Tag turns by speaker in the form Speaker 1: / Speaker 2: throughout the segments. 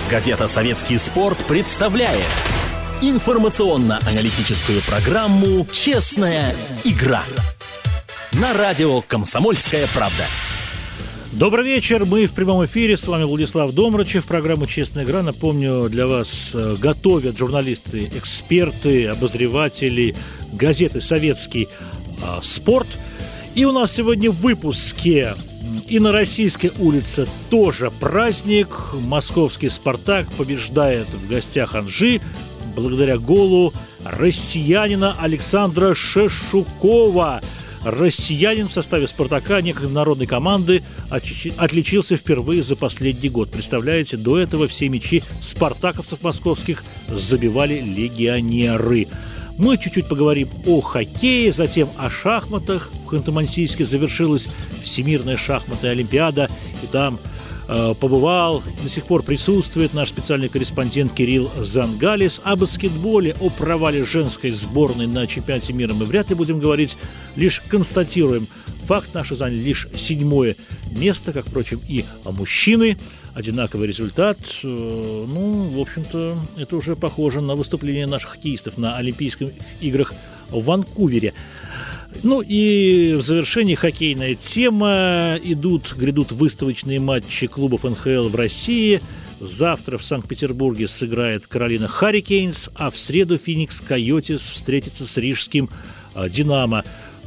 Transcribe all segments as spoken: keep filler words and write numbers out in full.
Speaker 1: Газета «Советский спорт» представляет информационно-аналитическую программу «Честная игра» на радио «Комсомольская правда».
Speaker 2: Добрый вечер, мы в прямом эфире, с вами Владислав Домрачев, программу «Честная игра». Напомню, для вас готовят журналисты, эксперты, обозреватели газеты «Советский э, спорт». И у нас сегодня в выпуске и на Российской улице тоже праздник. Московский «Спартак» побеждает в гостях Анжи благодаря голу россиянина Александра Шешукова. Россиянин в составе «Спартака», некогда народной команды, отличился впервые за последний год. Представляете, до этого все мячи спартаковцев московских забивали легионеры. Мы чуть-чуть поговорим о хоккее, затем о шахматах. В Ханты-Мансийске завершилась Всемирная шахматная олимпиада, и там э, побывал, до сих пор присутствует наш специальный корреспондент Кирилл Зангалис. О баскетболе, о провале женской сборной на чемпионате мира мы вряд ли будем говорить, лишь констатируем факт. Наши заняли лишь седьмое место, как, впрочем, и мужчины. Одинаковый результат. Ну, в общем-то, это уже похоже на выступление наших хоккеистов на Олимпийских играх в Ванкувере. Ну и в завершении хоккейная тема. Идут, грядут выставочные матчи клубов эн ха эл в России. Завтра в Санкт-Петербурге сыграет Каролина Харрикейнс, а в среду Феникс Койотис встретится с рижским Динамо.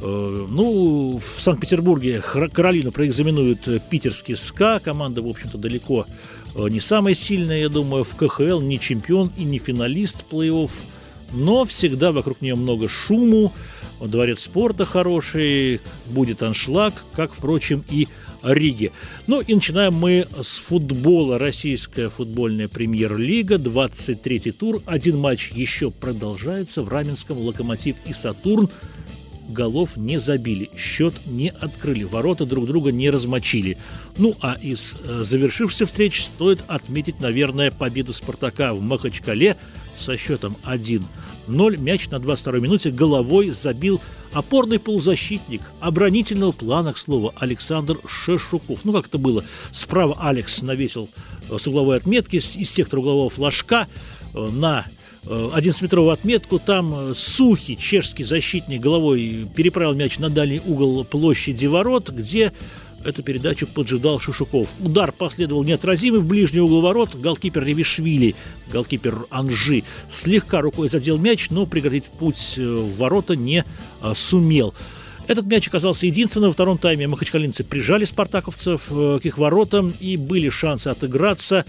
Speaker 2: Ну, в Санкт-Петербурге Каролину проэкзаменует питерский СКА. Команда, в общем-то, далеко не самая сильная, я думаю, в ка ха эл, не чемпион и не финалист плей-офф. Но всегда вокруг нее много шуму. Дворец спорта хороший, будет аншлаг, как, впрочем, и Риге. Ну и начинаем мы с футбола. Российская футбольная премьер-лига, двадцать третий тур. Один матч еще продолжается. В Раменском «Локомотив» и «Сатурн» голов не забили, счет не открыли, ворота друг друга не размочили. Ну, а из э, завершившихся встреч стоит отметить, наверное, победу «Спартака» в Махачкале со счетом один ноль. Мяч на двадцать второй минуте головой забил опорный полузащитник оборонительного плана, к слову, Александр Шешуков. Ну, как это было? Справа Алекс навесил э, с угловой отметки из сектора углового флажка э, на одиннадцатиметровую отметку. Там Сухий, чешский защитник, головой переправил мяч на дальний угол площади ворот, где эту передачу поджидал Шишуков. Удар последовал неотразимый в ближний угол ворот. Голкипер Ревишвили, голкипер Анжи, слегка рукой задел мяч, но преградить путь в ворота не сумел. Этот мяч оказался единственным. Во втором тайме махачкалинцы прижали спартаковцев к их воротам, и были шансы отыграться.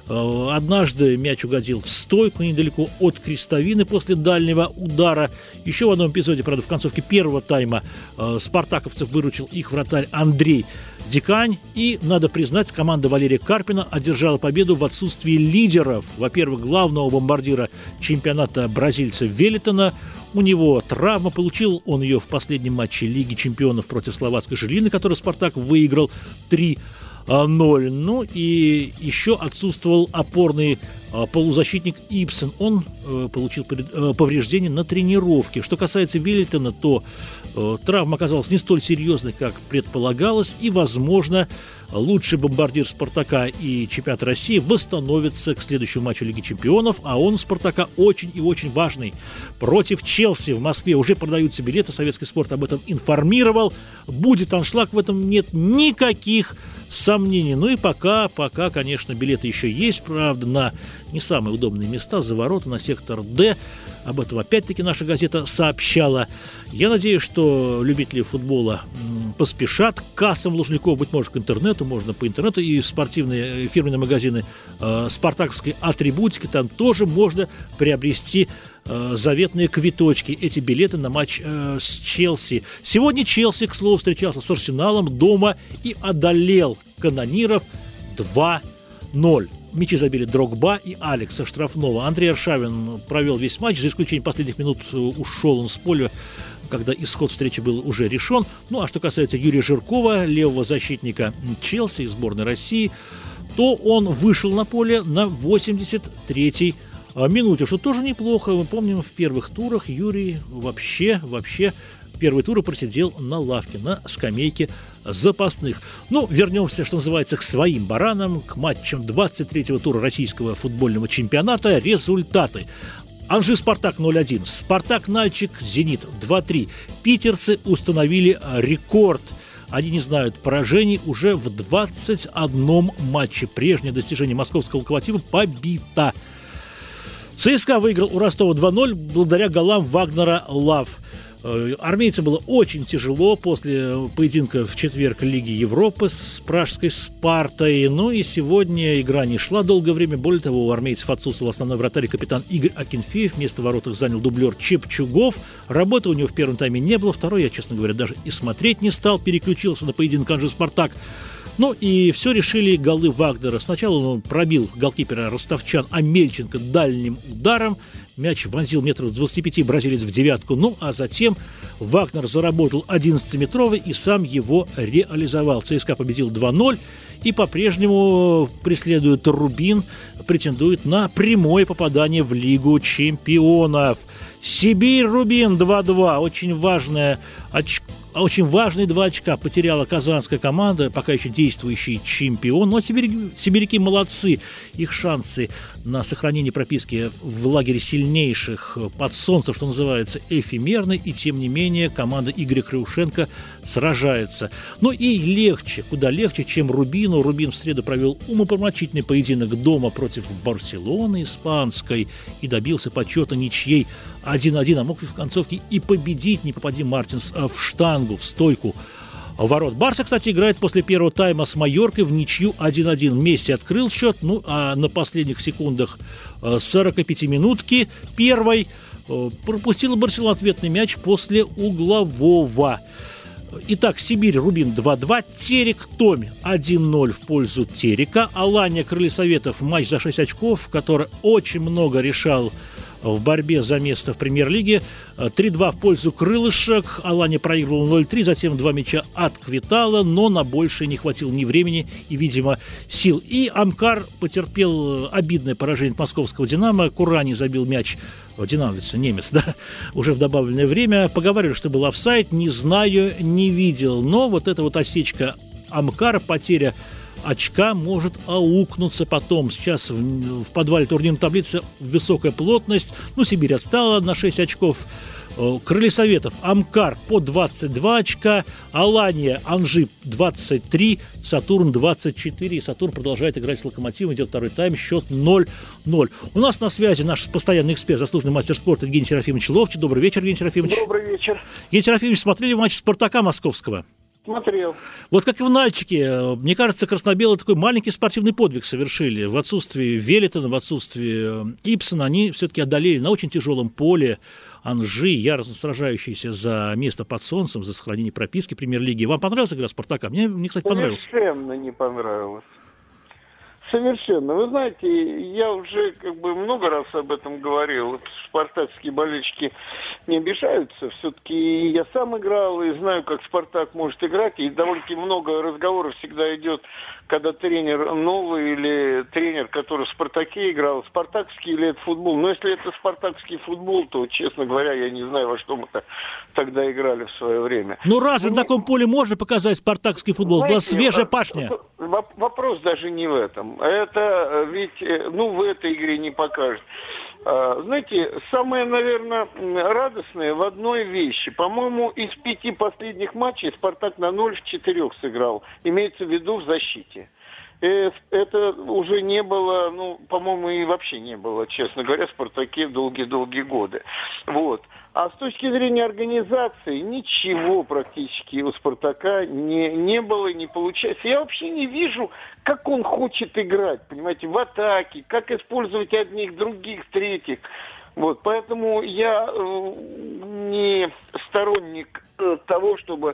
Speaker 2: Однажды мяч угодил в стойку недалеко от крестовины после дальнего удара. Еще в одном эпизоде, правда, в концовке первого тайма спартаковцев выручил их вратарь Андрей Дикань. И, надо признать, команда Валерия Карпина одержала победу в отсутствии лидеров. Во-первых, главного бомбардира чемпионата бразильца Велитона. У него травма, получил он ее в последнем матче Лиги чемпионов против словацкой Жилины, который «Спартак» выиграл три ноль. Ну и еще отсутствовал опорный а, полузащитник Ибсен. Он э, получил э, повреждение на тренировке. Что касается Велитона, то э, травма оказалась не столь серьезной, как предполагалось, и, возможно, лучший бомбардир «Спартака» и чемпионата России восстановится к следующему матчу Лиги чемпионов, а он у «Спартака» очень и очень важный. Против Челси в Москве уже продаются билеты, Советский спорт об этом информировал. Будет аншлаг, в этом нет никаких сомнений. Ну и пока, пока, конечно, билеты еще есть, правда, на не самые удобные места, за ворота, на сектор Д. Об этом опять-таки наша газета сообщала. Я надеюсь, что любители футбола м, поспешат к кассам Лужников, быть может, к интернету, можно по интернету, и спортивные фирменные магазины э, спартаковской атрибутики, там тоже можно приобрести э, заветные квиточки, эти билеты на матч э, с Челси. Сегодня Челси, к слову, встречался с Арсеналом дома и одолел канониров два ноль. Мячи забили Дрогба и Алекс со штрафного. Андрей Аршавин провел весь матч, за исключением последних минут ушел он с поля, когда исход встречи был уже решен. Ну а что касается Юрия Жиркова, левого защитника Челси из сборной России, то он вышел на поле на восемьдесят третьей минуте, что тоже неплохо. Мы помним, в первых турах Юрий вообще, вообще первый тур и просидел на лавке, на скамейке запасных. Ну, вернемся, что называется, к своим баранам, к матчам двадцать третьего тура российского футбольного чемпионата. Результаты. Анжи «Спартак» ноль один, «Спартак» Нальчик «Зенит» два три. Питерцы установили рекорд. Они не знают поражений уже в двадцать одном матче. Прежнее достижение московского «Локомотива» побито. ЦСКА выиграл у Ростова два ноль благодаря голам Вагнера Лав. Армейцам было очень тяжело после поединка в четверг Лиги Европы с пражской «Спартой». Ну и сегодня игра не шла долгое время. Более того, у армейцев отсутствовал основной вратарь и капитан Игорь Акинфеев. Место в воротах занял дублер Чепчугов. Работы у него в первом тайме не было. Второй я, честно говоря, даже и смотреть не стал. Переключился на поединок Анжи «Спартак». Ну и все решили голы Вагнера. Сначала он пробил голкипера ростовчан Амельченко дальним ударом. Мяч вонзил метров двадцати пяти бразилец в девятку. Ну а затем Вагнер заработал одиннадцатиметровый и сам его реализовал. ЦСКА победил два ноль и по-прежнему преследует Рубин, претендует на прямое попадание в Лигу чемпионов. Сибирь-Рубин два два. Очень важное очко. Очень важные два очка потеряла казанская команда, пока еще действующий чемпион. Но сибиряки, сибиряки молодцы. Их шансы на сохранение прописки в лагере сильнейших под солнцем, что называется, эфемерны. И тем не менее команда Игоря Крюшенко сражается. Ну и легче, куда легче, чем Рубину. Рубин в среду провел умопомрачительный поединок дома против Барселоны испанской и добился почета ничьей один один, а мог в концовке и победить, не попади Мартинс в штангу, в стойку ворот. Барса, кстати, играет после первого тайма с Майоркой в ничью один один. Месси открыл счет, ну а на последних секундах сорок пять минутки первой пропустила Барселона ответный мяч после углового. Итак, Сибирь, Рубин два два, Терек, Томи один ноль в пользу Терека. Алания, Крылья Советов, матч за шесть очков, который очень много решал в борьбе за место в премьер-лиге. три два в пользу крылышек. Алания проигрывал ноль три, затем два мяча отквитала, но на большее не хватило ни времени и, видимо, сил. И Амкар потерпел обидное поражение от московского «Динамо». Курани забил мяч, динамовец, немец, да, уже в добавленное время. Поговаривали, что был офсайд, не знаю, не видел. Но вот эта вот осечка Амкара, потеря очка может аукнуться потом. Сейчас в, в подвале турнирной таблицы высокая плотность. Ну, Сибирь отстала на шесть очков. Крылья Советов, Амкар по двадцать два очка, Алания, Анжи двадцать три, Сатурн двадцать четыре. И Сатурн продолжает играть с Локомотивом. Идет второй тайм, счет ноль ноль. У нас на связи наш постоянный эксперт, заслуженный мастер спорта Евгений Серафимович Ловчий. Добрый вечер, Евгений Серафимович.
Speaker 3: Добрый вечер.
Speaker 2: Евгений Серафимович, смотрели матч «Спартака» московского?
Speaker 3: Смотрел.
Speaker 2: Вот как и в Нальчике, мне кажется, красно-белые такой маленький спортивный подвиг совершили. В отсутствии Велитона, в отсутствии Ипсона они все-таки одолели на очень тяжелом поле Анжи, яростно сражающиеся за место под солнцем, за сохранение прописки премьер-лиги. Вам понравилась игра «Спартака»? Мне, мне кстати, понравилась.
Speaker 3: Совершенно не понравилось. Совершенно. Вы знаете, я уже как бы много раз об этом говорил. Вот спартакские болельщики не обижаются. Все-таки я сам играл и знаю, как Спартак может играть. И довольно-таки много разговоров всегда идет, когда тренер новый или тренер, который в «Спартаке» играл, спартакский или это футбол. Но если это спартакский футбол, то, честно говоря, я не знаю, во что мы-то тогда играли в свое время.
Speaker 2: Ну разве ну, на таком поле можно показать спартакский футбол? Знаете, была свежая пашня.
Speaker 3: Вопрос даже не в этом. Это ведь, ну, в этой игре не покажет. Знаете, самое, наверное, радостное в одной вещи. По-моему, из пяти последних матчей «Спартак» на ноль в четырех сыграл. Имеется в виду в защите. Это уже не было, ну, по-моему, и вообще не было, честно говоря, в «Спартаке» долгие-долгие годы. Вот. А с точки зрения организации ничего практически у «Спартака» не, не было, не получается. Я вообще не вижу, как он хочет играть, понимаете, в атаке, как использовать одних, других, третьих. Вот. Поэтому я э, не сторонник э, того, чтобы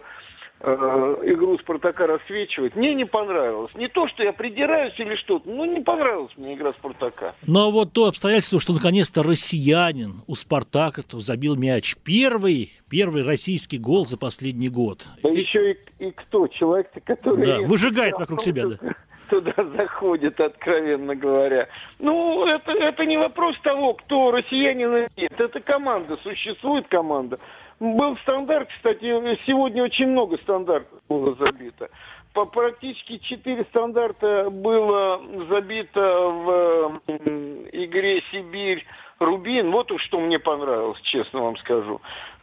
Speaker 3: игру «Спартака» рассвечивать. Мне не понравилось. Не то, что я придираюсь или что-то, но не понравилась мне игра «Спартака».
Speaker 2: Но вот то обстоятельство, что наконец-то россиянин у «Спартака» забил мяч. Первый, первый российский гол за последний год.
Speaker 3: Да и... еще и, и кто? Человек-то, который...
Speaker 2: Да, выжигает вокруг себя, да.
Speaker 3: Туда заходит, откровенно говоря. Ну, это, это не вопрос того, кто россиянин или нет. Это команда, существует команда. Был стандарт, кстати, сегодня очень много стандартов было забито. По практически четыре стандарта было забито в игре Сибирь-Рубин. Вот уж что мне понравилось, честно вам скажу.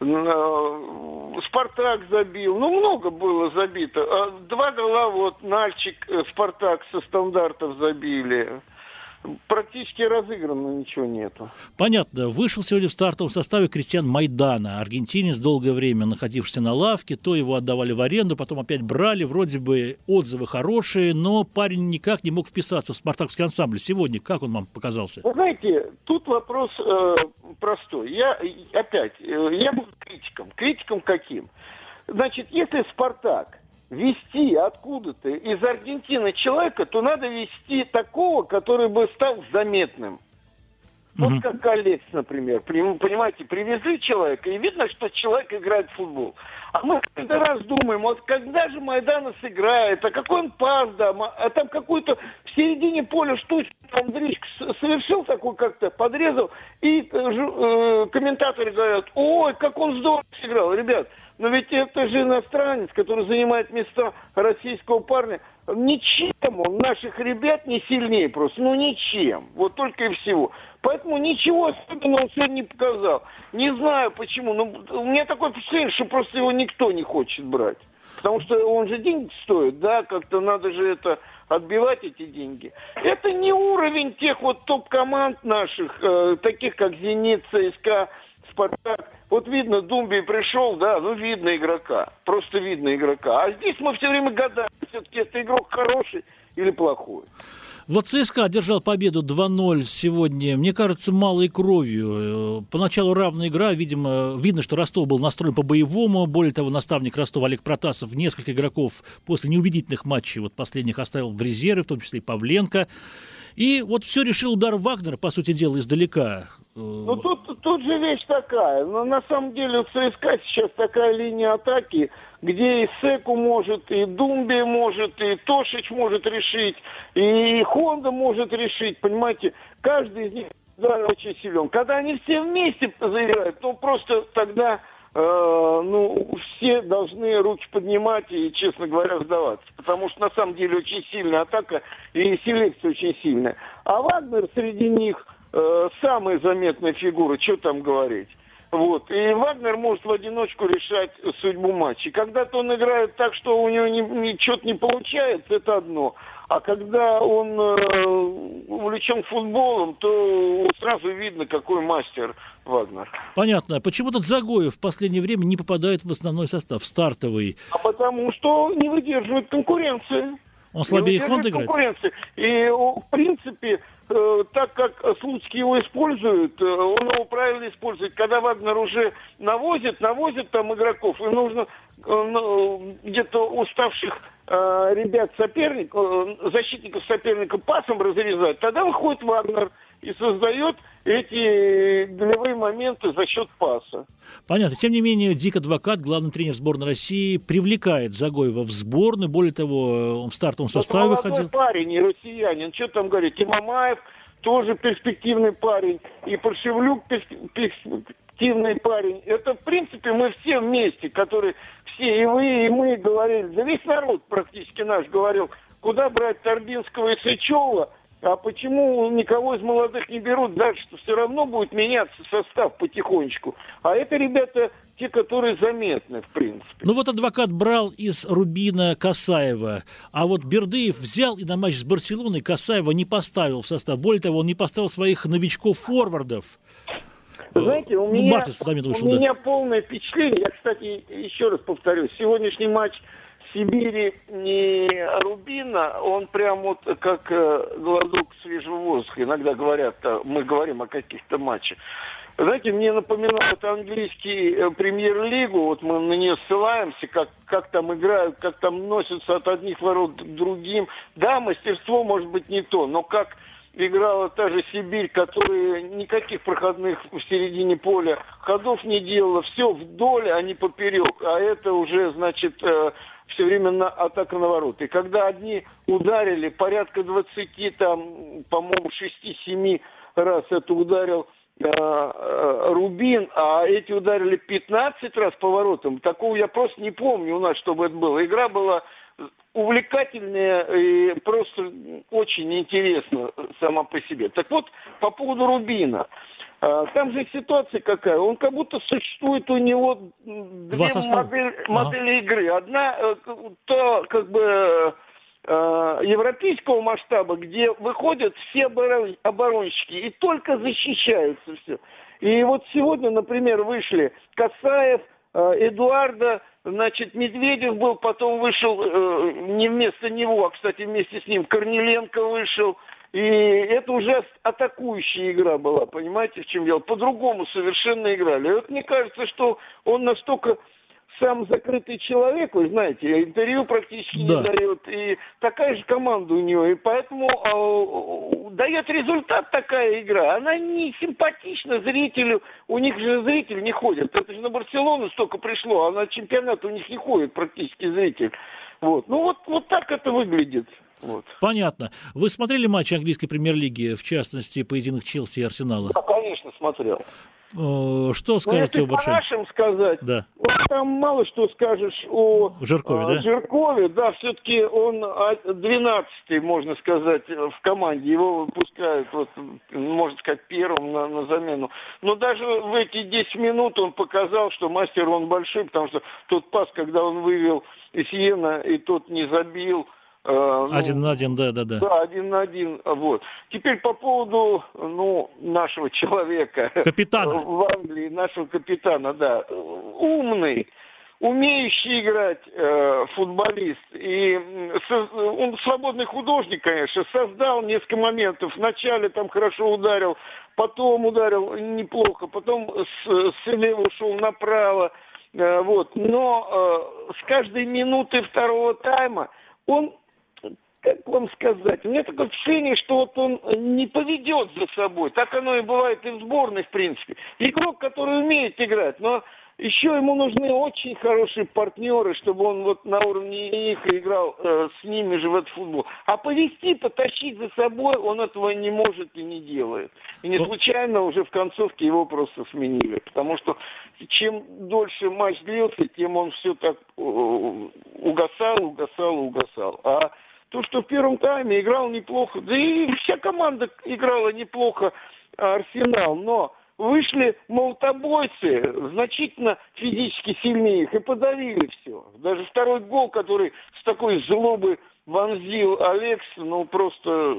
Speaker 3: Спартак забил. Ну, много было забито. Два гола вот Нальчик, Спартак со стандартов забили. Практически разыграно, ничего нету.
Speaker 2: Понятно. Вышел сегодня в стартовом составе Кристиан Майдана, аргентинец, долгое время находившийся на лавке, то его отдавали в аренду, потом опять брали, вроде бы отзывы хорошие, но парень никак не мог вписаться в спартаковский ансамбль. Сегодня как он вам показался?
Speaker 3: Вы знаете, тут вопрос э, простой. Я опять, э, я буду критиком. Критиком каким? Значит, если Спартак вести откуда-то из Аргентины человека, то надо вести такого, который бы стал заметным. Вот как Алекс, например. Понимаете, привезли человека, и видно, что человек играет в футбол. А мы каждый раз думаем, вот когда же Майдана сыграет, а какой он пас, да, а там какую-то в середине поля штучку Андрейчик совершил такой как-то, подрезал, и э, комментаторы говорят, ой, как он здорово сыграл. Ребят, но ведь это же иностранец, который занимает места российского парня. Ничем он наших ребят не сильнее просто. Ну, ничем. Вот только и всего. Поэтому ничего особенного он сегодня не показал. Не знаю почему. Но у меня такое впечатление, что просто его никто не хочет брать. Потому что он же деньги стоит, да, как-то надо же это отбивать, эти деньги. Это не уровень тех вот топ-команд наших, э, таких как «Зенит», «ЦСКА», «Спартак». Вот видно, Думби пришел, да, ну видно игрока, просто видно игрока. А здесь мы все время гадаем, все-таки это игрок хороший или плохой.
Speaker 2: Вот ЦСКА одержал победу два ноль сегодня, мне кажется, малой кровью. Поначалу равная игра, видимо, видно, что Ростов был настроен по-боевому. Более того, наставник Ростова Олег Протасов несколько игроков после неубедительных матчей, вот последних, оставил в резерве, в том числе и Павленко. И вот все решил удар Вагнера, по сути дела, издалека.
Speaker 3: Ну, тут, тут же вещь такая. Но на самом деле у ЦСКА сейчас такая линия атаки, где и Секу может, и Думби может, и Тошич может решить, и Хонда может решить, понимаете. Каждый из них, да, очень силен. Когда они все вместе заиграют, то просто тогда э, ну, все должны руки поднимать и, честно говоря, сдаваться. Потому что на самом деле очень сильная атака и селекция очень сильная. А Вагнер среди них э, самая заметная фигура, что там говорить. Вот. И Вагнер может в одиночку решать судьбу матча. Когда-то он играет так, что у него ничего не получается, это одно. А когда он э, увлечен футболом, то сразу видно, какой мастер Вагнер.
Speaker 2: Понятно. Почему тут Загоев в последнее время не попадает в основной состав, в стартовый?
Speaker 3: А потому что не выдерживает конкуренции.
Speaker 2: Он слабее Хонда играет?
Speaker 3: И, в принципе, э, так как Слуцкий его использует, э, он его правильно использует. Когда Вагнер уже навозит, навозит там игроков, и нужно э, где-то уставших э, ребят соперников, э, защитников соперника пасом разрезать, тогда выходит Вагнер и создает эти голевые моменты за счет паса.
Speaker 2: Понятно. Тем не менее, Дик Адвокат, главный тренер сборной России, привлекает Загоева в сборную. Более того, он в стартовом составе
Speaker 3: молодой
Speaker 2: выходил.
Speaker 3: Парень, и россиянин. Что там говорить? И Мамаев тоже перспективный парень. И Паршевлюк перспективный парень. Это, в принципе, мы все вместе, которые все, и вы, и мы говорили. Да весь народ практически наш говорил, куда брать Торбинского и Сычева. А почему никого из молодых не берут дальше? Что все равно будет меняться состав потихонечку. А это ребята, те, которые заметны, в принципе.
Speaker 2: Ну вот Адвокат брал из Рубина Касаева, а вот Бердыев взял и на матч с Барселоной Касаева не поставил в состав. Более того, он не поставил своих новичков-форвардов.
Speaker 3: Знаете, у,
Speaker 2: ну,
Speaker 3: меня,
Speaker 2: Мартис, у
Speaker 3: вышел, меня да. полное впечатление. Я, кстати, еще раз повторюсь, сегодняшний матч Сибири и Рубина, он прям вот как э, глоток свежего воздуха. Иногда говорят, мы говорим о каких-то матчах. Знаете, мне напоминает английский э, премьер-лигу, вот мы на нее ссылаемся, как, как там играют, как там носятся от одних ворот к другим. Да, мастерство может быть не то, но как играла та же Сибирь, которая никаких проходных в середине поля ходов не делала, все вдоль, а не поперек. А это уже, значит, э, все время на атака на ворота. И когда одни ударили, порядка двадцати, там, по-моему, шести-семи раз это ударил Рубин, а эти ударили пятнадцать раз поворотом. Такого я просто не помню у нас, чтобы это было. Игра была увлекательная и просто очень интересна сама по себе. Так вот, по поводу Рубина. Там же ситуация какая. Он как будто существует у него две модели, модели ага. игры. Одна, то как бы европейского масштаба, где выходят все оборонщики и только защищаются все. И вот сегодня, например, вышли Касаев, Эдуарда, значит, Медведев был, потом вышел не вместо него, а, кстати, вместе с ним Корниленко вышел. И это уже атакующая игра была, понимаете, в чем дело? По-другому совершенно играли. И вот мне кажется, что он настолько сам закрытый человек, вы знаете, интервью практически да. не дает, и такая же команда у него, и поэтому э, дает результат такая игра. Она не симпатична зрителю, у них же зритель не ходит. Это же на Барселону столько пришло, а на чемпионат у них не ходит практически зритель. Вот. Ну вот, вот так это выглядит. Вот.
Speaker 2: Понятно. Вы смотрели матч английской премьер-лиги, в частности, поединок Челси и Арсенала?
Speaker 3: Да, конечно, смотрел.
Speaker 2: Что скажете
Speaker 3: ну,
Speaker 2: о Баршане?
Speaker 3: По-нашему сказать,
Speaker 2: да.
Speaker 3: вот там мало что скажешь о
Speaker 2: Жиркове, а,
Speaker 3: да? Жиркове, да, все-таки он двенадцатый, можно сказать, в команде. Его выпускают, вот, можно сказать, первым на, на замену. Но даже в эти десять минут он показал, что мастер он большой, потому что тот пас, когда он вывел Эссиена, и тот не забил. Ну,
Speaker 2: один на один, да, да, да.
Speaker 3: Да, один на один, вот. Теперь по поводу, ну, нашего человека.
Speaker 2: Капитана.
Speaker 3: В Англии, нашего капитана, да. Умный, умеющий играть э, футболист. И со, он свободный художник, конечно, создал несколько моментов. Вначале там хорошо ударил, потом ударил неплохо, потом с, слева ушел направо. Э, вот. Но э, с каждой минуты второго тайма он... Как вам сказать? У меня такое впечатление, что вот он не поведет за собой. Так оно и бывает и в сборной, в принципе. Игрок, который умеет играть, но еще ему нужны очень хорошие партнеры, чтобы он вот на уровне них играл э, с ними же в этот футбол. А повести, потащить за собой он этого не может и не делает. И не случайно уже в концовке его просто сменили. Потому что чем дольше матч длился, тем он все так э, угасал, угасал, угасал. А то, что в первом тайме играл неплохо, да и вся команда играла неплохо, Арсенал, но вышли молотобойцы, значительно физически сильнее их, и подавили все. Даже второй гол, который с такой злобы вонзил Алекс, ну, просто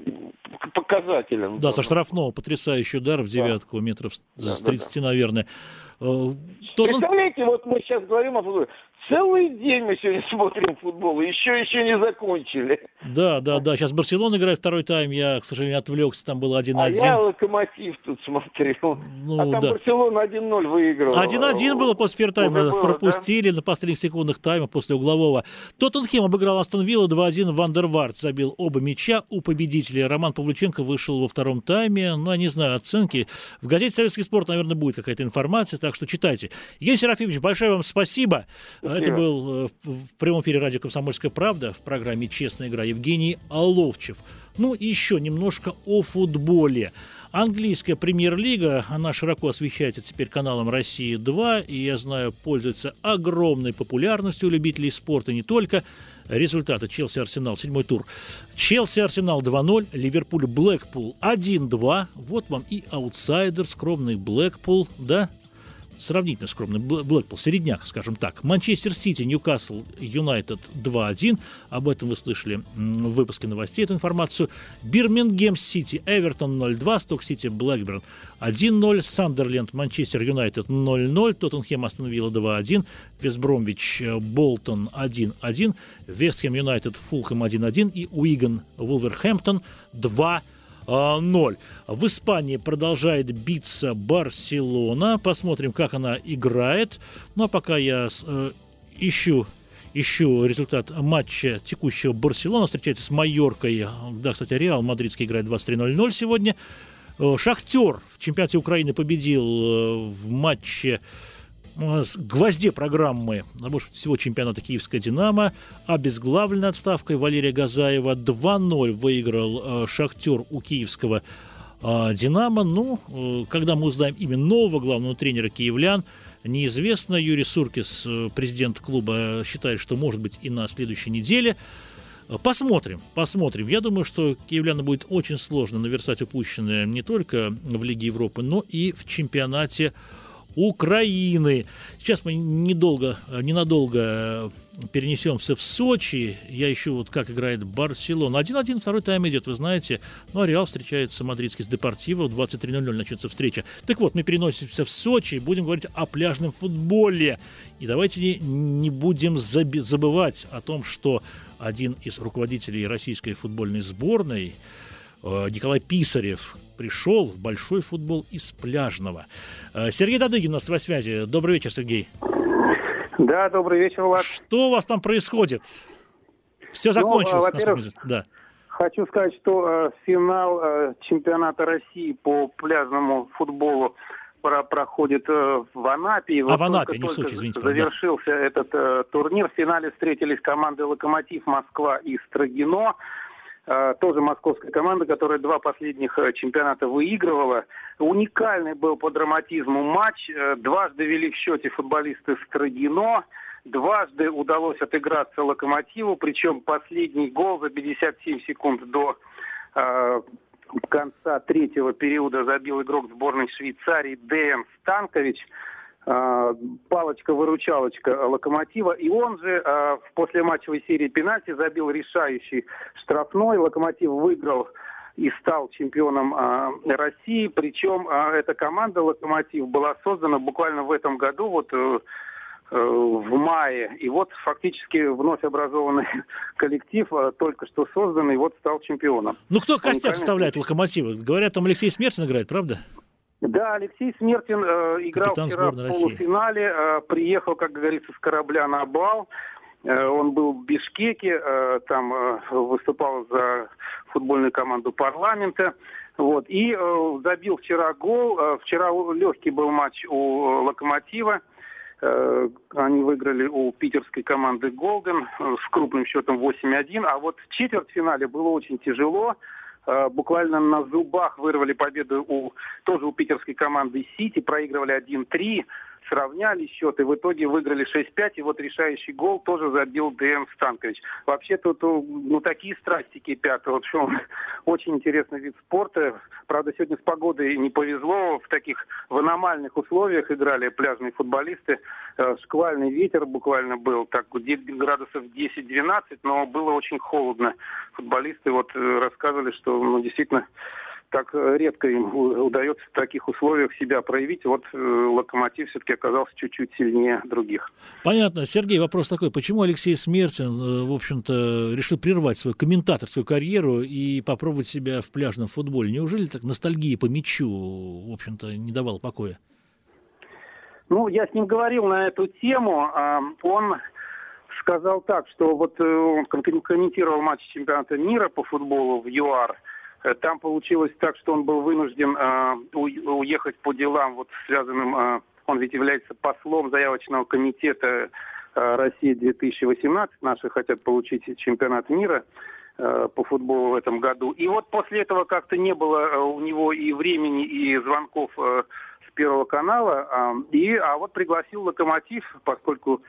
Speaker 3: показателен.
Speaker 2: Да, со штрафного потрясающий удар в девятку, да. метров с тридцати, да, да, да. наверное.
Speaker 3: Представляете, вот мы сейчас говорим о футболе. Целый день мы сегодня смотрим футбол, и еще, еще не закончили.
Speaker 2: Да, да, да. Сейчас Барселона играет второй тайм. Я, к сожалению, отвлекся, там было один один.
Speaker 3: А я Локомотив тут смотрел. Ну, а там да. Барселона один ноль выиграл.
Speaker 2: один один было после первого тайма.
Speaker 3: Было,
Speaker 2: пропустили, да? На последних секундах тайма после углового. Тоттенхэм обыграл Астон Виллу два один. Ван дер Варт забил оба мяча у победителей. Роман Павлюченко вышел во втором тайме. Ну, я не знаю, оценки. В газете «Советский спорт», наверное, будет какая-то информация, так что читайте. Евгений Серафимович, большое вам спасибо. Спасибо. Это был в прямом эфире радио «Комсомольская правда» в программе «Честная игра» Евгений Оловчев. Ну и еще немножко о футболе. Английская премьер-лига, она широко освещается теперь каналом «Россия-два», и, я знаю, пользуется огромной популярностью у любителей спорта, не только. Результаты: Челси-Арсенал, седьмой тур. Челси-Арсенал два ноль, Ливерпуль-Блэкпул один два. Вот вам и аутсайдер, скромный Блэкпул, да? Сравнительно скромный Блэкпул, середняк, скажем так. Манчестер Сити, Ньюкасл Юнайтед два один. Об этом вы слышали в выпуске новостей, эту информацию. Бирмингем Сити, Эвертон ноль два. Сток Сити, Блэкберн один ноль. Сандерленд, Манчестер Юнайтед ноль ноль. Тоттенхэм, Астон Вилла два один. Вест Бромвич, Болтон один один. Вестхэм Юнайтед, Фулхэм один один. И Уиган, Вулверхэмптон два один. ноль. В Испании продолжает биться Барселона. Посмотрим, как она играет. Ну, а пока я э, ищу, ищу результат матча текущего. Барселона встречается с Майоркой. Да, кстати, Реал Мадридский играет двадцать три ноль ноль сегодня. Шахтер в чемпионате Украины победил в матче, гвозде программы, больше всего, чемпионата, Киевская «Динамо», обезглавленной отставкой Валерия Газаева. два ноль выиграл э, «Шахтер» у киевского А «Динамо», ну, когда мы узнаем имя нового главного тренера киевлян, неизвестно. Юрий Суркис, президент клуба, считает, что может быть и на следующей неделе. Посмотрим, посмотрим. Я думаю, что киевлянам будет очень сложно наверстать упущенное не только в Лиге Европы, но и в чемпионате Украины. Сейчас мы недолго, ненадолго перенесемся в Сочи. Я ищу, вот как играет Барселона. один-один, второй тайм идет, вы знаете. Ну, а Реал встречается мадридский с Депортиво. В двадцать три ноль ноль начнется встреча. Так вот, мы переносимся в Сочи и будем говорить о пляжном футболе. И давайте не, не будем заби- забывать о том, что один из руководителей российской футбольной сборной, Николай Писарев, пришел в большой футбол из пляжного. Сергей Дадыгин у нас на связи. Добрый вечер, Сергей.
Speaker 4: Да, добрый вечер, Влад.
Speaker 2: Что у вас там происходит? Все закончилось.
Speaker 4: Ну, во-первых,
Speaker 2: да.
Speaker 4: хочу сказать, что э, финал э, чемпионата России по пляжному футболу про- проходит э, в Анапе.
Speaker 2: А, вот в Анапе, не в Сочи, извините.
Speaker 4: Завершился да. этот э, турнир. В финале встретились команды «Локомотив Москва» и «Строгино». Тоже московская команда, которая два последних чемпионата выигрывала. Уникальный был по драматизму матч. Дважды вели в счете футболисты Строгино. Дважды удалось отыграться «Локомотиву». Причем последний гол за пятьдесят семь секунд до э, конца третьего периода забил игрок сборной Швейцарии Деян Станкович. Палочка-выручалочка «Локомотива». И он же э, в послематчевой серии пенальти забил решающий штрафной. «Локомотив» выиграл и стал чемпионом э, России. Причем э, эта команда «Локомотив» была создана буквально в этом году, вот э, э, в мае. И вот фактически вновь образованный коллектив, э, только что созданный, вот стал чемпионом.
Speaker 2: Ну кто костяк составляет «Локомотива»? Говорят, там Алексей Смертин играет, правда?
Speaker 4: Да, Алексей Смертин э, играл
Speaker 2: Капитан
Speaker 4: вчера в полуфинале, э, приехал, как говорится, с корабля на бал. Э, он был в Бишкеке, э, там э, выступал за футбольную команду парламента. Вот, и э, забил вчера гол. Э, вчера легкий был матч у «Локомотива». Э, они выиграли у питерской команды «Голден» э, с крупным счетом восемь один. А вот в четвертьфинале было очень тяжело. Буквально на зубах вырвали победу у, тоже у питерской команды «Сити», проигрывали один три, сравняли счет и в итоге выиграли шесть пять. И вот решающий гол тоже забил Деян Станкович. Вообще тут ну, такие страсти кипят. Вот, что, очень интересный вид спорта. Правда, сегодня с погодой не повезло. В таких в аномальных условиях играли пляжные футболисты. Шквальный ветер буквально был, так градусов десять-двенадцать, но было очень холодно. Футболисты вот рассказывали, что ну, действительно так редко им удается в таких условиях себя проявить. Вот э, «Локомотив» все-таки оказался чуть-чуть сильнее других.
Speaker 2: Понятно. Сергей, вопрос такой. Почему Алексей Смертин, э, в общем-то, решил прервать свою комментаторскую карьеру и попробовать себя в пляжном футболе? Неужели так ностальгия по мячу, в общем-то, не давала покоя?
Speaker 4: Ну, я с ним говорил на эту тему. Э, он сказал так, что вот э, он комментировал матч чемпионата мира по футболу в ЮАР. Там получилось так, что он был вынужден э, уехать по делам, вот связанным, э, он ведь является послом заявочного комитета э, России две тысячи восемнадцать. Наши хотят получить чемпионат мира э, по футболу в этом году. И вот после этого как-то не было э, у него и времени, и звонков э, с Первого канала. Э, и, а вот пригласил «Локомотив», поскольку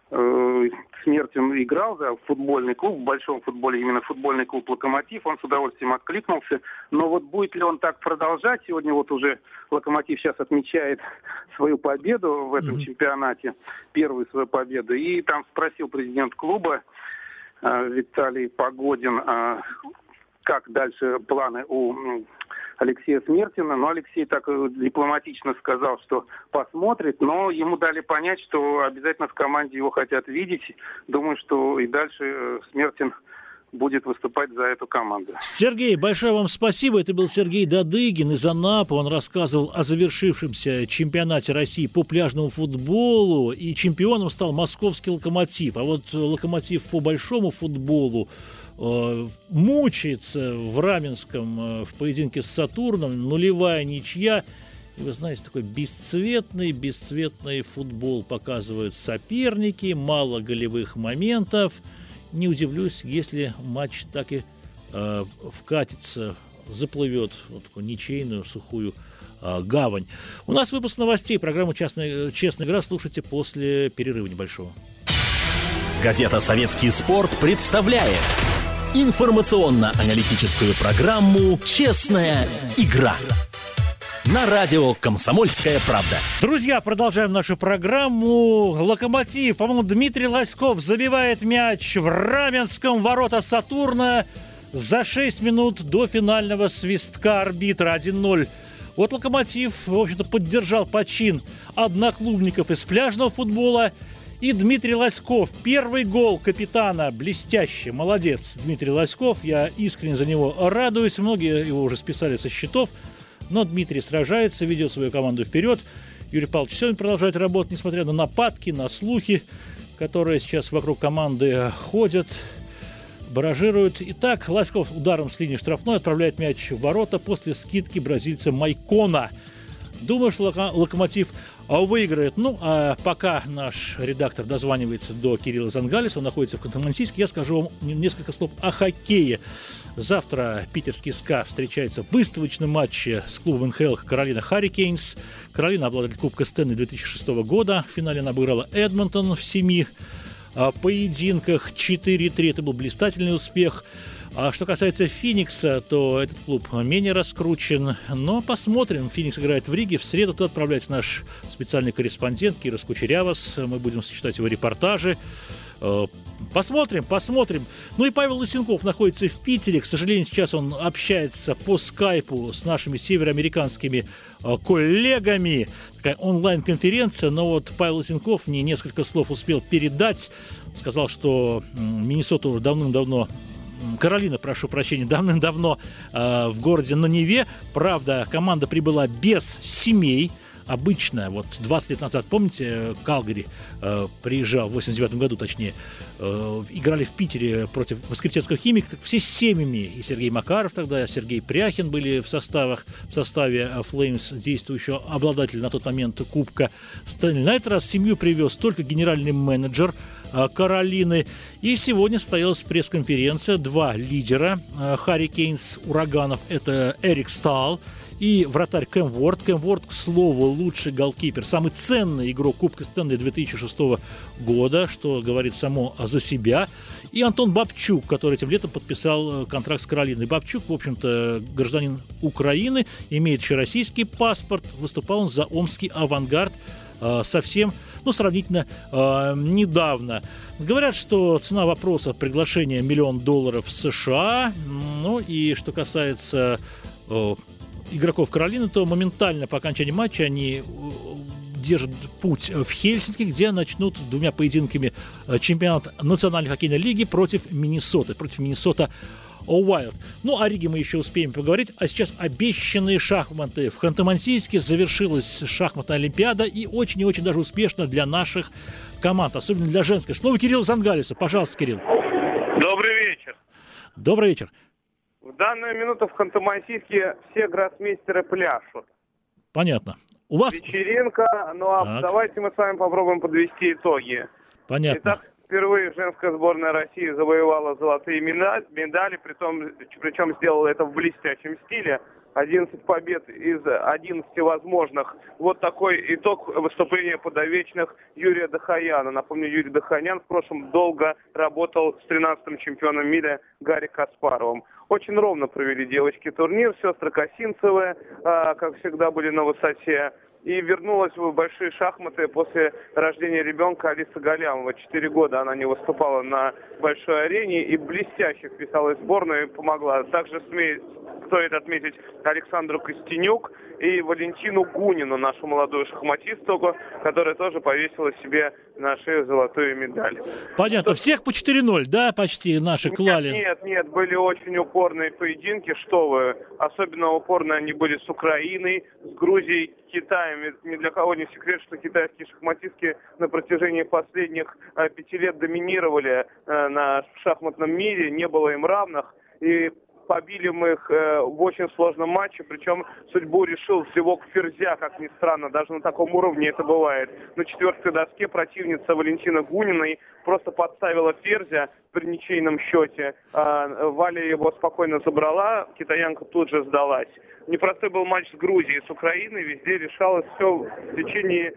Speaker 4: Смертин играл за футбольный клуб, в большом футболе именно футбольный клуб «Локомотив», он с удовольствием откликнулся. Но вот будет ли он так продолжать? Сегодня вот уже «Локомотив» сейчас отмечает свою победу в этом mm-hmm. чемпионате, первую свою победу. И там спросил президент клуба э, Виталий Погодин, э, как дальше планы у Алексея Смертина. Но Алексей так дипломатично сказал, что посмотрит, но ему дали понять, что обязательно в команде его хотят видеть. Думаю, что и дальше Смертин будет выступать за эту команду.
Speaker 2: Сергей, большое вам спасибо. Это был Сергей Дадыгин из Анапы. Он рассказывал о завершившемся чемпионате России по пляжному футболу. И чемпионом стал московский «Локомотив». А вот «Локомотив» по большому футболу э, мучается в Раменском э, в поединке с «Сатурном». Нулевая ничья. И вы знаете, такой бесцветный, бесцветный футбол показывают соперники. Мало голевых моментов. Не удивлюсь, если матч так и э, вкатится заплывет в такую ничейную, сухую э, гавань. У нас выпуск новостей. Программу «Честная, «Честная игра» слушайте после перерыва небольшого.
Speaker 1: Газета «Советский спорт» представляет информационно-аналитическую программу «Честная игра» на радио «Комсомольская правда».
Speaker 2: Друзья, продолжаем нашу программу. «Локомотив», по-моему, Дмитрий Лоськов забивает мяч в Раменском, ворота Сатурна за шесть минут до финального свистка арбитра один ноль. Вот «Локомотив», в общем-то, поддержал почин одноклубников из пляжного футбола. И Дмитрий Лоськов, первый гол капитана, блестящий, молодец Дмитрий Лоськов. Я искренне за него радуюсь. Многие его уже списали со счетов. Но Дмитрий сражается, ведет свою команду вперед. Юрий Павлович сегодня продолжает работать, несмотря на нападки, на слухи, которые сейчас вокруг команды ходят, баражируют. Итак, Лоськов ударом с линии штрафной отправляет мяч в ворота после скидки бразильца Майкона. Думаю, что «Локомотив» выиграет. Ну, а пока наш редактор дозванивается до Кирилла Зангалиса, он находится в Ханты-Мансийске, я скажу вам несколько слов о хоккее. Завтра питерский СКА встречается в выставочном матче с клубом эн ха эл Каролина Харрикейнс. Каролина — обладатель Кубка Стэнли две тысячи шестого года. В финале она обыграла Эдмонтон в семи поединках четыре три. Это был блистательный успех. А что касается Феникса, то этот клуб менее раскручен. Но посмотрим. Феникс играет в Риге. В среду туда отправляется наш специальный корреспондент Кирос Кучерявас. Мы будем сочетать его репортажи. Посмотрим, посмотрим. Ну и Павел Лысенков находится в Питере. К сожалению, сейчас он общается по скайпу с нашими североамериканскими коллегами. Такая онлайн-конференция. Но вот Павел Лысенков мне несколько слов успел передать. Сказал, что Миннесоту давным-давно... Каролина, прошу прощения, давным-давно э, в городе на Неве. Правда, команда прибыла без семей. Обычно, вот двадцать лет назад, помните, Калгари э, приезжал, в восемьдесят девятом году, точнее, э, играли в Питере против Москвитецкого Химика, все с семьями. И Сергей Макаров тогда, Сергей Пряхин были в, составах, в составе Флеймс, действующего обладателя на тот момент Кубка Стэнли. На этот раз семью привез только генеральный менеджер Каролины. И сегодня состоялась пресс-конференция. Два лидера Харрикейнс Ураганов — это Эрик Стал и вратарь Кэм Уорд. Кэм Уорд, к слову, лучший голкипер, самый ценный игрок Кубка Стэнли две тысячи шестого года, что говорит само за себя. И Антон Бабчук, который этим летом подписал контракт с Каролиной. Бабчук, в общем-то, гражданин Украины, имеет еще российский паспорт. Выступал он за омский «Авангард» совсем, ну, сравнительно э, недавно. Говорят, что цена вопроса приглашения миллион долларов США. Ну и что касается э, игроков Каролины, то моментально по окончании матча они держат путь в Хельсинки, где начнут двумя поединками чемпионат Национальной хоккейной лиги против Миннесоты, против Миннесота Уайлд. Ну, о Риге мы еще успеем поговорить. А сейчас обещанные шахматы. В Ханты-Мансийске завершилась шахматная олимпиада, и очень и очень даже успешно для наших команд, особенно для женской. Слово Кириллу Зангалису. Пожалуйста, Кирилл.
Speaker 5: Добрый вечер.
Speaker 2: Добрый вечер.
Speaker 5: В данную минуту в Ханты-Мансийске все гроссмейстеры пляшут.
Speaker 2: Понятно. У вас...
Speaker 5: Вечеринка, ну а
Speaker 2: так. Давайте
Speaker 5: мы с вами попробуем подвести итоги.
Speaker 2: Понятно.
Speaker 5: Итак, впервые женская сборная России завоевала золотые медали, медали притом, причем сделала это в блестящем стиле. одиннадцать побед из одиннадцати возможных. Вот такой итог выступления подопечных Юрия Дахаяна. Напомню, Юрий Дахаян в прошлом долго работал с тринадцатым чемпионом мира Гарри Каспаровым. Очень ровно провели девочки турнир. Сестры Косинцевы, как всегда, были на высоте. И вернулась в большие шахматы после рождения ребенка Алиса Галямова. Четыре года она не выступала на большой арене и блестяще вписалась в сборную и помогла. Также смеет, стоит отметить Александру Костенюк и Валентину Гунину, нашу молодую шахматистку, которая тоже повесила себе на шею золотую медаль.
Speaker 2: Понятно. Всех по четыре ноль, да, почти наши клали?
Speaker 5: Нет, нет, нет, были очень упорные поединки, что вы. Особенно упорные они были с Украиной, с Грузией, Китаем. Ведь ни для кого не секрет, что китайские шахматистки на протяжении последних э, пяти лет доминировали э, на шахматном мире, не было им равных. И побили мы их э, в очень сложном матче, причем судьбу решил Сливок Ферзя, как ни странно, даже на таком уровне это бывает. На четвертой доске противница Валентина Гуниной просто подставила Ферзя при ничейном счете. Э, Валя его спокойно забрала, китаянка тут же сдалась. Непростой был матч с Грузией, с Украиной, везде решалось все в течение...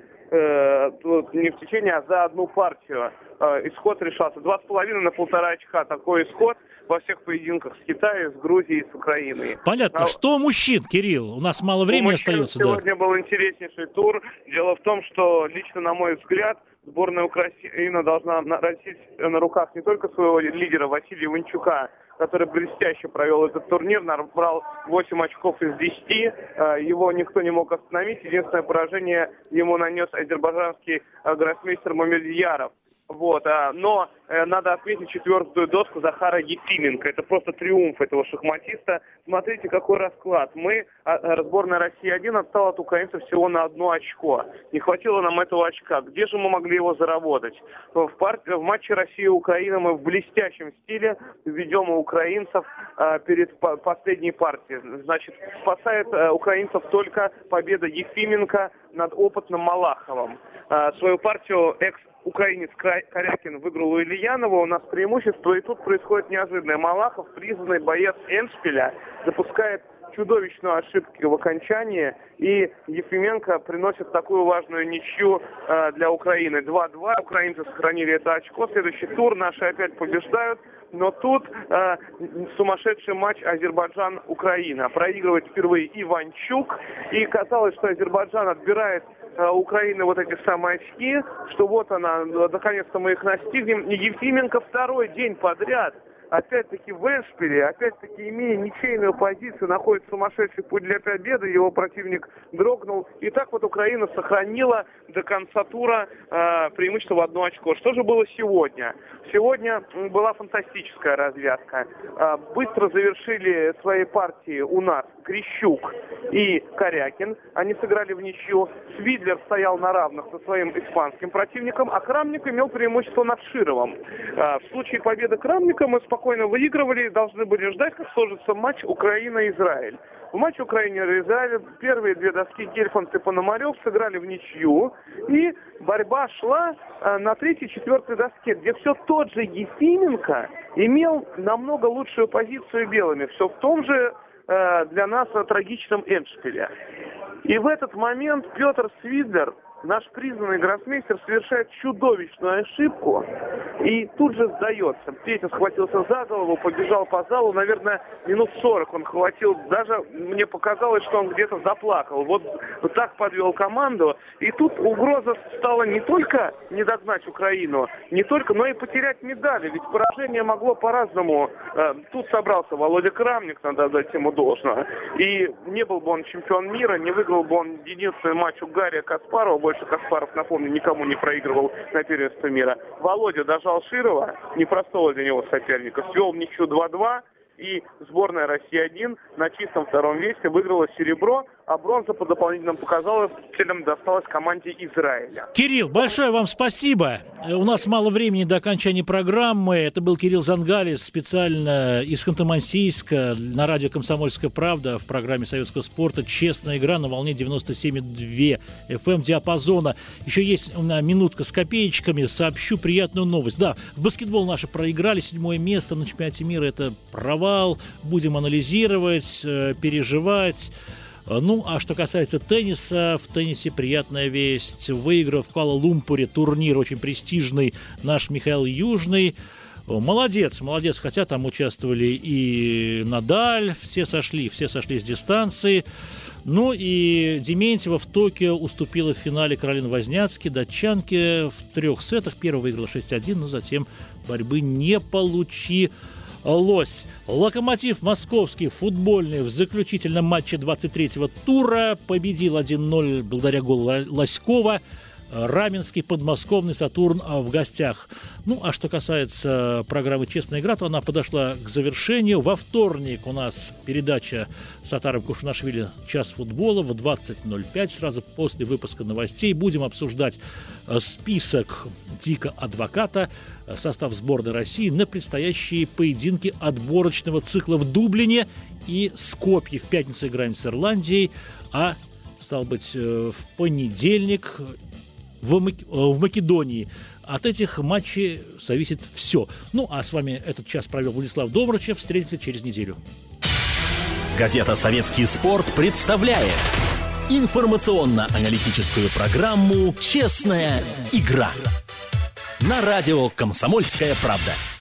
Speaker 5: не в течение, а за одну партию. Исход решался. Два с половиной на полтора очка. Такой исход во всех поединках с Китаем, с Грузией, с Украиной.
Speaker 2: Понятно. А... Что у мужчин, Кирилл? У нас мало времени остается.
Speaker 5: Сегодня
Speaker 2: да.
Speaker 5: был интереснейший тур. Дело в том, что лично, на мой взгляд, сборная Украины должна носить на руках не только своего лидера Василия Иванчука, который блестяще провел этот турнир, набрал восемь очков из десяти, его никто не мог остановить. Единственное поражение ему нанес азербайджанский гроссмейстер Мамедьяров. Вот, но надо отметить четвертую доску Захара Ефименко. Это просто триумф этого шахматиста. Смотрите, какой расклад. Мы, сборная России один, отстала от украинцев всего на одно очко. Не хватило нам этого очка. Где же мы могли его заработать? В, пар... в матче Россия-Украина мы в блестящем стиле ведем у украинцев а, перед по- последней партией. Значит, спасает а, украинцев только победа Ефименко над опытным Малаховым. А, свою партию экс украинец Корякин выиграл у Ильянова, у нас преимущество, и тут происходит неожиданное. Малахов, признанный боец эндшпиля, допускает чудовищную ошибку в окончании, и Ефименко приносит такую важную ничью э, для Украины. два-два, украинцы сохранили это очко, следующий тур наши опять побеждают, но тут э, сумасшедший матч Азербайджан-Украина. Проигрывает впервые Иванчук, и казалось, что Азербайджан отбирает Украины вот эти самые очки, что вот она, наконец-то мы их настигнем. И Ефименко второй день подряд, опять-таки в эндшпиле, опять-таки имея ничейную позицию, находит сумасшедший путь для победы, его противник дрогнул. И так вот Украина сохранила до конца тура э, преимущество в одно очко. Что же было сегодня? Сегодня была фантастическая развязка. Э, быстро завершили свои партии у нас Крищук и Корякин. Они сыграли в ничью. Свидлер стоял на равных со своим испанским противником, а Крамник имел преимущество над Шировым. Э, в случае победы Крамника мы спокойно выигрывали, должны были ждать, как сложится матч Украина-Израиль. В матче Украина-Израиль первые две доски Гельфанд и Пономарев сыграли в ничью, и борьба шла э, на третьей и четвертой доске, где все тот же Ефименко имел намного лучшую позицию белыми, все в том же э, для нас трагичном эндшпиле. И в этот момент Петр Свидлер, наш признанный гроссмейстер, совершает чудовищную ошибку и тут же сдается. Петя схватился за голову, побежал по залу, наверное, минут сорок он хватил. Даже мне показалось, что он где-то заплакал. Вот, вот так подвел команду. И тут угроза стала не только не догнать Украину, не только, но и потерять медали. Ведь поражение могло по-разному. Тут собрался Володя Крамник, надо дать ему должное. И не был бы он чемпион мира, не выиграл бы он единственный матч у Гарри Каспарова. Больше Каспаров, напомню, никому не проигрывал на первенстве мира. Володя дожал Широва, непростого для него соперника, свел в ничью два-два, и сборная России один на чистом втором месте выиграла серебро, а бронза по дополнительным показателям досталась команде Израиля.
Speaker 2: Кирилл, большое вам спасибо. У нас мало времени до окончания программы. Это был Кирилл Зангалис, специально из Ханты-Мансийска на радио «Комсомольская правда» в программе советского спорта «Честная игра» на волне девяносто семь и два эф эм диапазона. Еще есть у меня минутка с копеечками. Сообщу приятную новость. Да, в баскетбол наши проиграли седьмое место на чемпионате мира. Это провал. Будем анализировать, переживать. Ну, а что касается тенниса, в теннисе приятная весть. Выиграв в Куала-Лумпуре турнир очень престижный наш Михаил Южный. Молодец, молодец, хотя там участвовали и Надаль, все сошли, все сошли с дистанции. Ну и Дементьева в Токио уступила в финале Каролине Возняцки, датчанке, в трех сетах. Первый выиграла шесть один, но затем борьбы не получилось. Лось. Локомотив московский футбольный в заключительном матче двадцать третьего тура победил один ноль благодаря голу Лоськова. Раменский, подмосковный «Сатурн» в гостях. Ну, а что касается программы «Честная игра», то она подошла к завершению. Во вторник у нас передача с Атаром Кушанашвили «Час футбола» в двадцать ноль пять, сразу после выпуска новостей. Будем обсуждать список Дика Адвоката, состав сборной России на предстоящие поединки отборочного цикла в Дублине и Скопье. В пятницу играем с Ирландией, а, стало быть, в понедельник в, Мак... в Македонии. От этих матчей зависит все. Ну, а с вами этот час провел Владислав Домрачев. Встретимся через неделю.
Speaker 1: Газета «Советский спорт» представляет информационно-аналитическую программу «Честная игра» на радио «Комсомольская правда».